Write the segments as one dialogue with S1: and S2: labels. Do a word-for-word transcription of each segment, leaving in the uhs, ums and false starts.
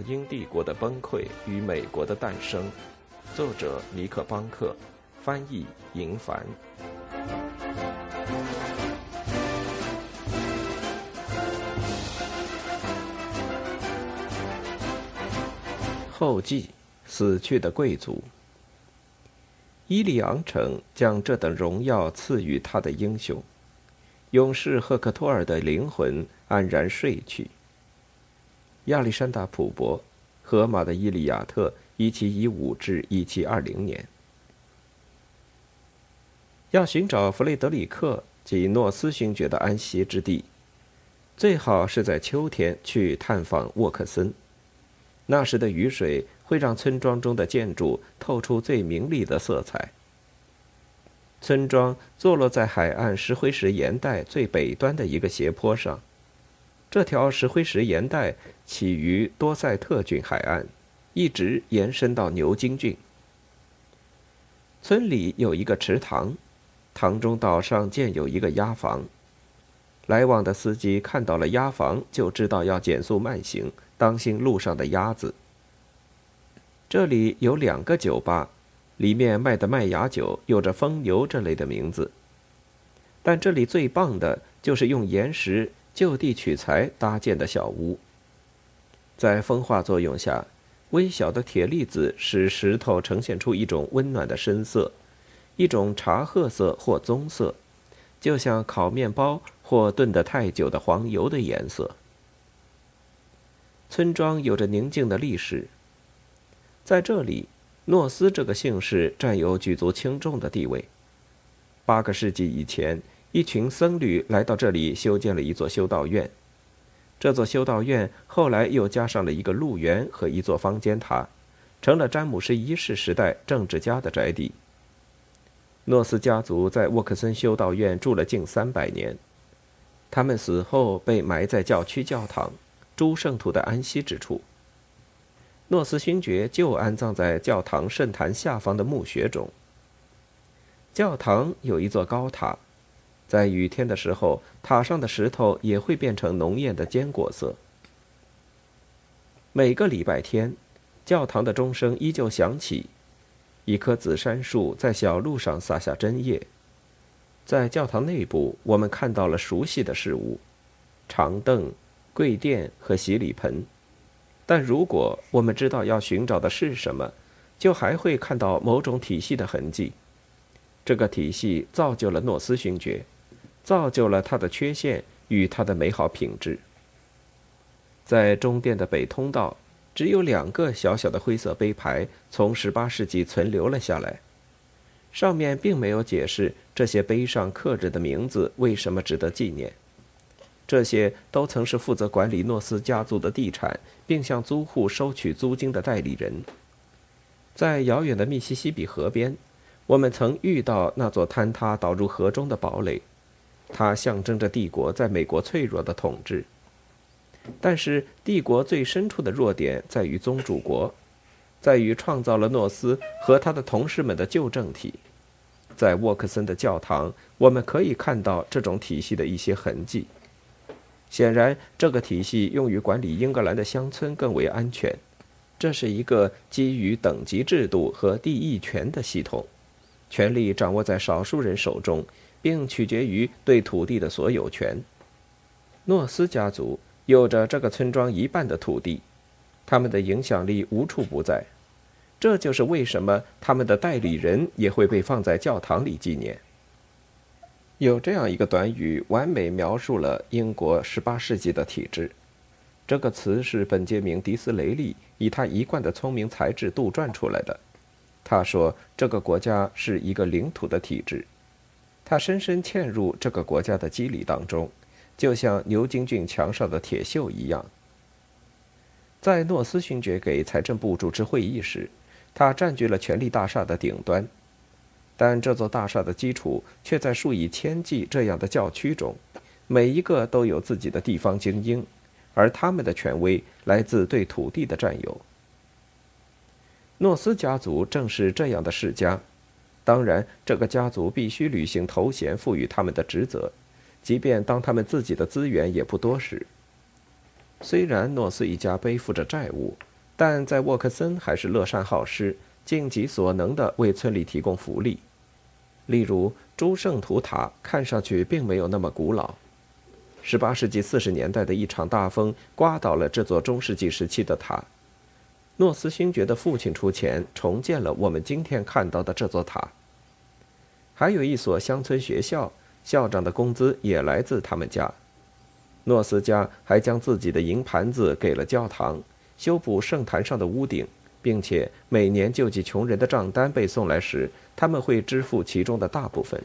S1: 英帝国的崩溃与美国的诞生》，作者尼克·邦克，翻译银凡。后记：死去的贵族。伊利昂城将这等荣耀赐予他的英雄，勇士赫克托尔的灵魂安然睡去。亚历山大·普伯，荷马的《伊利亚特》一七一五至一七二零年。要寻找弗雷德里克及诺斯勋爵的安息之地，最好是在秋天去探访沃克森。那时的雨水会让村庄中的建筑透出最明丽的色彩。村庄坐落在海岸石灰石岩带最北端的一个斜坡上，这条石灰石岩带起于多塞特郡海岸，一直延伸到牛津郡。村里有一个池塘，塘中岛上建有一个鸭房。来往的司机看到了鸭房，就知道要减速慢行，当心路上的鸭子。这里有两个酒吧，里面卖的麦芽酒有着疯牛这类的名字。但这里最棒的就是用岩石就地取材搭建的小屋。在风化作用下，微小的铁粒子使石头呈现出一种温暖的深色，一种茶褐色或棕色，就像烤面包或炖得太久的黄油的颜色。村庄有着宁静的历史，在这里，诺斯这个姓氏占有举足轻重的地位。八个世纪以前，一群僧侣来到这里修建了一座修道院。这座修道院后来又加上了一个鹿园和一座方尖塔，成了詹姆士一世时代政治家的宅邸。诺斯家族在沃克森修道院住了近三百年，他们死后被埋在教区教堂，诸圣徒的安息之处。诺斯勋爵就安葬在教堂圣坛下方的墓穴中。教堂有一座高塔，在雨天的时候，塔上的石头也会变成浓艳的坚果色。每个礼拜天，教堂的钟声依旧响起，一棵紫杉树在小路上洒下针叶。在教堂内部，我们看到了熟悉的事物：长凳、柜垫和洗礼盆。但如果我们知道要寻找的是什么，就还会看到某种体系的痕迹。这个体系造就了诺斯勋爵，造就了他的缺陷与他的美好品质。在中殿的北通道，只有两个小小的灰色碑牌从十八世纪存留了下来，上面并没有解释这些碑上刻着的名字为什么值得纪念。这些都曾是负责管理诺斯家族的地产，并向租户收取租金的代理人。在遥远的密西西比河边，我们曾遇到那座坍塌倒入河中的堡垒，它象征着帝国在美国脆弱的统治。但是帝国最深处的弱点在于宗主国，在于创造了诺斯和他的同事们的旧政体。在沃克森的教堂，我们可以看到这种体系的一些痕迹。显然，这个体系用于管理英格兰的乡村更为安全。这是一个基于等级制度和地役权的系统，权力掌握在少数人手中，并取决于对土地的所有权。诺斯家族有着这个村庄一半的土地，他们的影响力无处不在。这就是为什么他们的代理人也会被放在教堂里纪念。有这样一个短语，完美描述了英国十八世纪的体制。这个词是本杰明·迪斯雷利以他一贯的聪明才智杜撰出来的。他说，这个国家是一个领土的体制。他深深嵌入这个国家的肌理当中，就像牛津郡墙上的铁锈一样。在诺斯勋爵给财政部主持会议时，他占据了权力大厦的顶端。但这座大厦的基础却在数以千计这样的教区中，每一个都有自己的地方精英，而他们的权威来自对土地的占有。诺斯家族正是这样的世家，当然，这个家族必须履行头衔赋予他们的职责，即便当他们自己的资源也不多时。虽然诺斯一家背负着债务， 但在沃克森还是乐善好施，尽己所能地为村里提供福利。例如，诸圣图塔看上去并没有那么古老。十八世纪四十年代的一场大风刮倒了这座中世纪时期的塔。诺斯勋爵的父亲出钱重建了我们今天看到的这座塔。还有一所乡村学校，校长的工资也来自他们家。诺斯家还将自己的银盘子给了教堂，修补圣坛上的屋顶，并且每年救济穷人的账单被送来时，他们会支付其中的大部分。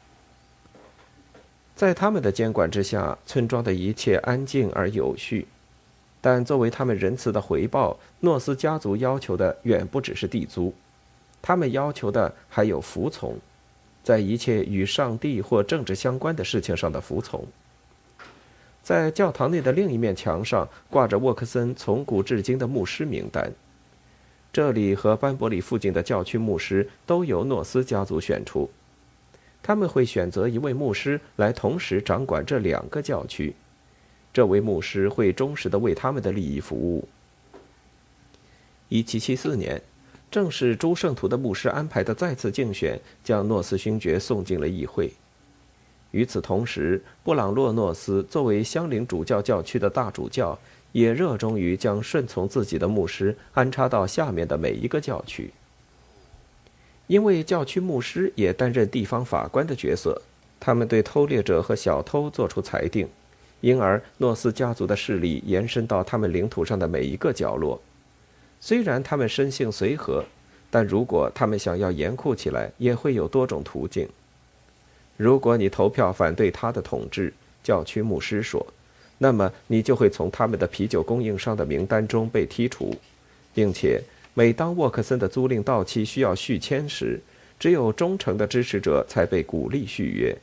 S1: 在他们的监管之下，村庄的一切安静而有序。但作为他们仁慈的回报，诺斯家族要求的远不只是地租，他们要求的还有服从，在一切与上帝或政治相关的事情上的服从。在教堂内的另一面墙上挂着沃克森从古至今的牧师名单，这里和班伯里附近的教区牧师都由诺斯家族选出。他们会选择一位牧师来同时掌管这两个教区，这位牧师会忠实地为他们的利益服务。一七七四年，正是诸圣徒的牧师安排的再次竞选，将诺斯勋爵送进了议会。与此同时，布朗洛诺斯作为相邻主教教区的大主教，也热衷于将顺从自己的牧师安插到下面的每一个教区。因为教区牧师也担任地方法官的角色，他们对偷猎者和小偷作出裁定，因而诺斯家族的势力延伸到他们领土上的每一个角落。虽然他们生性随和，但如果他们想要严酷起来，也会有多种途径。如果你投票反对他的统治，教区牧师说，那么你就会从他们的啤酒供应商的名单中被剔除，并且每当沃克森的租赁到期需要续签时，只有忠诚的支持者才被鼓励续约。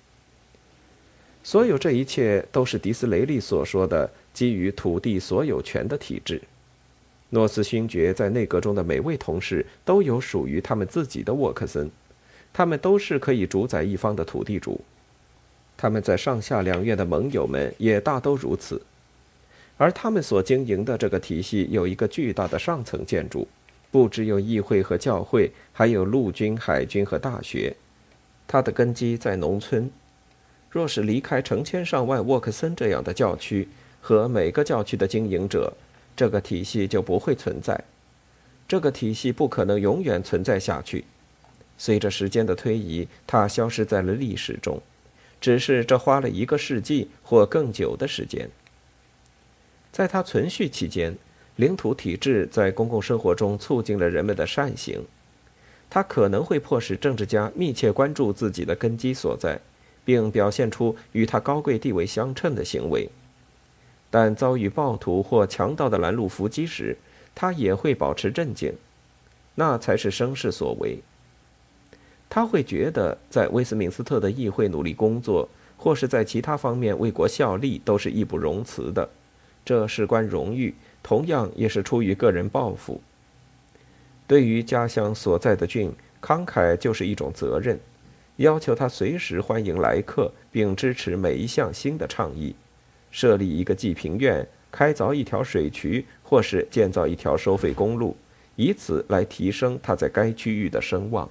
S1: 所有这一切都是迪斯雷利所说的基于土地所有权的体制。诺斯勋爵在内阁中的每位同事都有属于他们自己的沃克森，他们都是可以主宰一方的土地主。他们在上下两院的盟友们也大都如此。而他们所经营的这个体系有一个巨大的上层建筑，不只有议会和教会，还有陆军、海军和大学。它的根基在农村。若是离开成千上万沃克森这样的教区和每个教区的经营者，这个体系就不会存在。这个体系不可能永远存在下去。随着时间的推移，它消失在了历史中，只是这花了一个世纪或更久的时间。在它存续期间，领土体制在公共生活中促进了人们的善行。它可能会迫使政治家密切关注自己的根基所在，并表现出与他高贵地位相称的行为。但遭遇暴徒或强盗的拦路伏击时，他也会保持镇静，那才是绅士所为。他会觉得在威斯敏斯特的议会努力工作，或是在其他方面为国效力，都是义不容辞的。这事关荣誉，同样也是出于个人抱负。对于家乡所在的郡，慷慨就是一种责任，要求他随时欢迎来客，并支持每一项新的倡议，设立一个济贫院，开凿一条水渠，或是建造一条收费公路，以此来提升他在该区域的声望。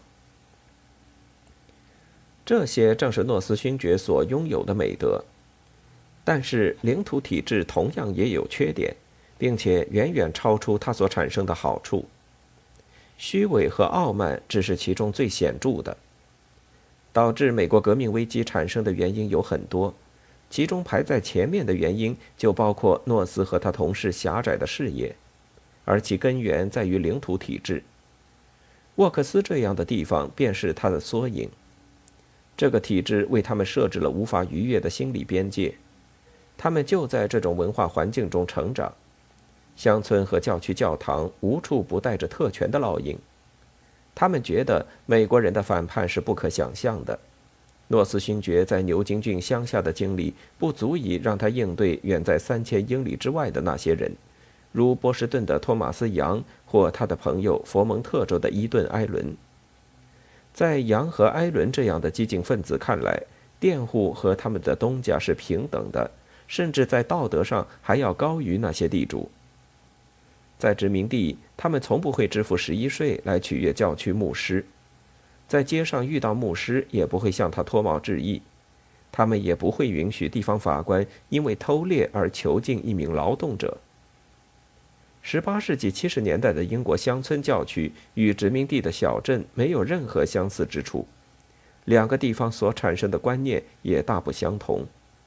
S1: 这些正是诺斯勋爵所拥有的美德。但是领土体制同样也有缺点，并且远远超出它所产生的好处。虚伪和傲慢只是其中最显著的。导致美国革命危机产生的原因有很多，其中排在前面的原因就包括诺斯和他同事狭窄的视野，而其根源在于领土体制。沃克斯这样的地方便是它的缩影。这个体制为他们设置了无法逾越的心理边界。他们就在这种文化环境中成长，乡村和教区教堂无处不带着特权的烙印。他们觉得美国人的反叛是不可想象的。诺斯勋爵在牛津郡乡下的经历不足以让他应对远在三千英里之外的那些人，如波士顿的托马斯·杨或他的朋友佛蒙特州的伊顿·埃伦。在杨和埃伦这样的激进分子看来，佃户和他们的东家是平等的，甚至在道德上还要高于那些地主。 在殖民地，他们从不会支付十一税来取悦教区牧师，在街上遇到牧师也不会向他脱帽致意，他们也不会允许地方法官因为偷猎而囚禁一名劳动者。十八世纪七十年代的英国乡村教区与殖民地的小镇没有任何相似之处，两个地方所产生的观念也大不相同。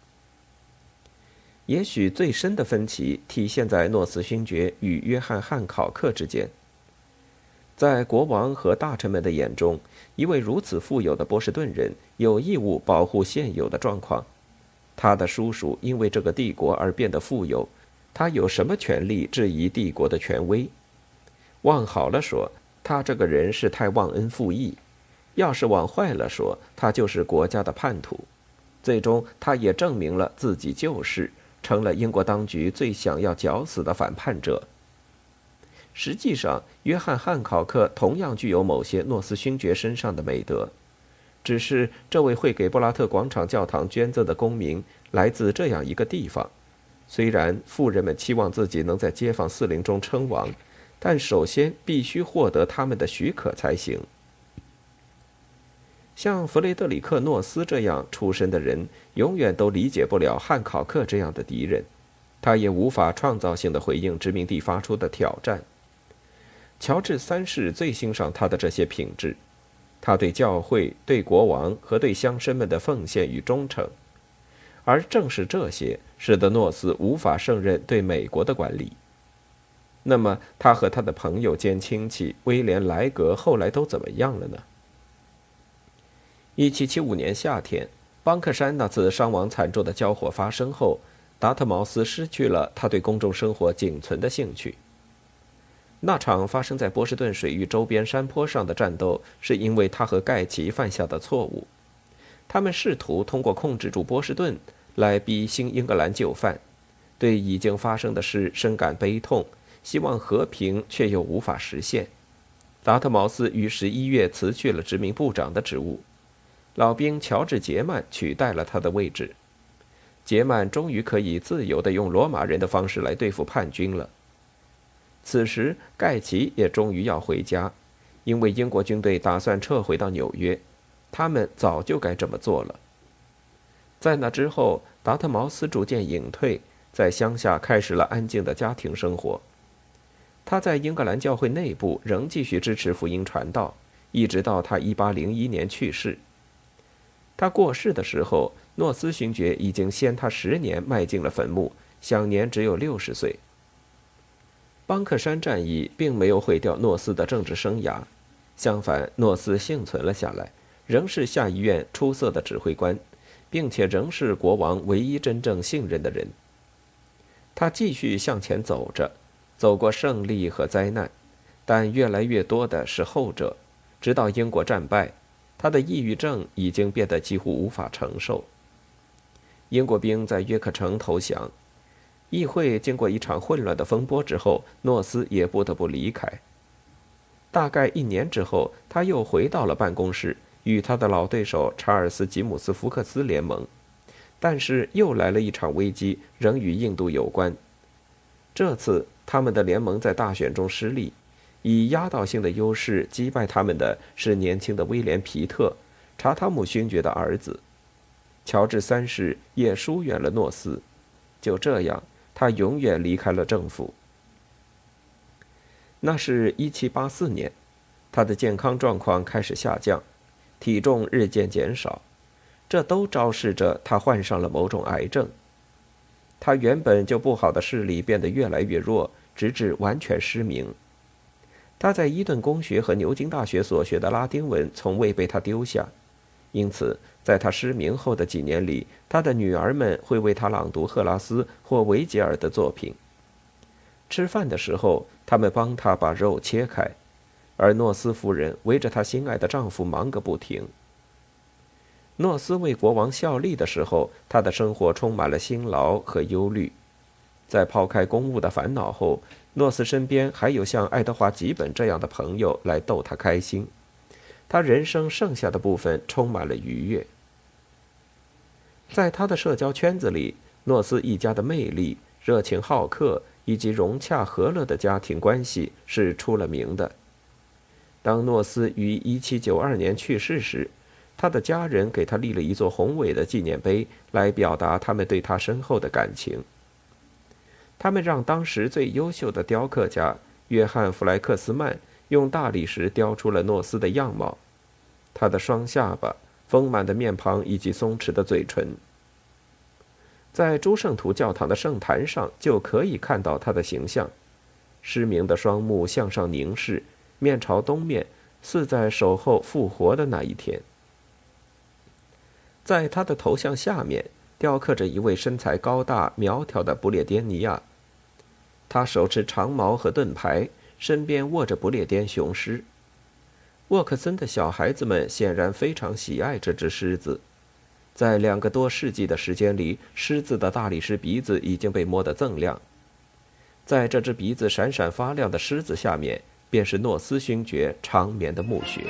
S1: 也许最深的分歧体现在诺斯勋爵与约翰·汉考克之间。在国王和大臣们的眼中，一位如此富有的波士顿人有义务保护现有的状况。他的叔叔因为这个帝国而变得富有，他有什么权利质疑帝国的权威？往好了说，他这个人是太忘恩负义；要是往坏了说，他就是国家的叛徒。最终，他也证明了自己就是，成了英国当局最想要绞死的反叛者。实际上，约翰·汉考克同样具有某些诺斯勋爵身上的美德，只是这位会给布拉特广场教堂捐赠的公民来自这样一个地方。虽然富人们期望自己能在街坊四邻中称王，但首先必须获得他们的许可才行。像弗雷德里克·诺斯这样出身的人，永远都理解不了汉考克这样的敌人，他也无法创造性地回应殖民地发出的挑战。乔治三世最欣赏他的这些品质，他对教会、对国王和对乡绅们的奉献与忠诚，而正是这些使得诺斯无法胜任对美国的管理。那么他和他的朋友兼亲戚威廉·莱格后来都怎么样了呢？一七七五年夏天，邦克山那次伤亡惨重的交火发生后，达特茅斯失去了他对公众生活仅存的兴趣。那场发生在波士顿水域周边山坡上的战斗，是因为他和盖奇犯下的错误。他们试图通过控制住波士顿来逼新英格兰就范，对已经发生的事深感悲痛，希望和平却又无法实现。达特茅斯于十一月辞去了殖民部长的职务，老兵乔治·杰曼取代了他的位置。杰曼终于可以自由地用罗马人的方式来对付叛军了。此时，盖奇也终于要回家，因为英国军队打算撤回到纽约，他们早就该这么做了。在那之后，达特茅斯逐渐隐退，在乡下开始了安静的家庭生活。他在英格兰教会内部仍继续支持福音传道，一直到他一八零一年去世。他过世的时候，诺斯勋爵已经先他十年迈进了坟墓，享年只有六十岁。邦克山战役并没有毁掉诺斯的政治生涯，相反，诺斯幸存了下来，仍是下议院出色的指挥官，并且仍是国王唯一真正信任的人。他继续向前走着，走过胜利和灾难，但越来越多的是后者。直到英国战败，他的抑郁症已经变得几乎无法承受。英国兵在约克城投降，议会经过一场混乱的风波之后，诺斯也不得不离开。大概一年之后，他又回到了办公室，与他的老对手查尔斯·吉姆斯·福克斯联盟。但是又来了一场危机，仍与印度有关。这次他们的联盟在大选中失利，以压倒性的优势击败他们的是年轻的威廉·皮特，查汤姆勋爵的儿子。乔治三世也疏远了诺斯，就这样，他永远离开了政府。那是一七八四年，他的健康状况开始下降，体重日渐减少，这都昭示着他患上了某种癌症。他原本就不好的视力变得越来越弱，直至完全失明。他在伊顿公学和牛津大学所学的拉丁文从未被他丢下，因此在他失明后的几年里，他的女儿们会为他朗读赫拉斯或维吉尔的作品。吃饭的时候，他们帮他把肉切开，而诺斯夫人围着她心爱的丈夫忙个不停。诺斯为国王效力的时候，他的生活充满了辛劳和忧虑。在抛开公务的烦恼后，诺斯身边还有像爱德华·吉本这样的朋友来逗他开心。他人生剩下的部分充满了愉悦。在他的社交圈子里，诺斯一家的魅力、热情好客以及融洽和乐的家庭关系是出了名的。当诺斯于一七九二年去世时，他的家人给他立了一座宏伟的纪念碑，来表达他们对他深厚的感情。他们让当时最优秀的雕刻家约翰·弗莱克斯曼用大理石雕出了诺斯的样貌，他的双下巴、丰满的面庞以及松弛的嘴唇。在诸圣徒教堂的圣坛上就可以看到他的形象，失明的双目向上凝视，面朝东面，似在守候复活的那一天。在他的头像下面雕刻着一位身材高大苗条的不列颠尼亚，他手持长矛和盾牌，身边握着不列颠雄狮。沃克森的小孩子们显然非常喜爱这只狮子。在两个多世纪的时间里，狮子的大理石鼻子已经被磨得锃亮。在这只鼻子闪闪发亮的狮子下面，便是诺斯勋爵长眠的墓穴。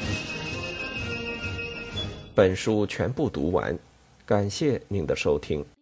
S1: 本书全部读完，感谢您的收听。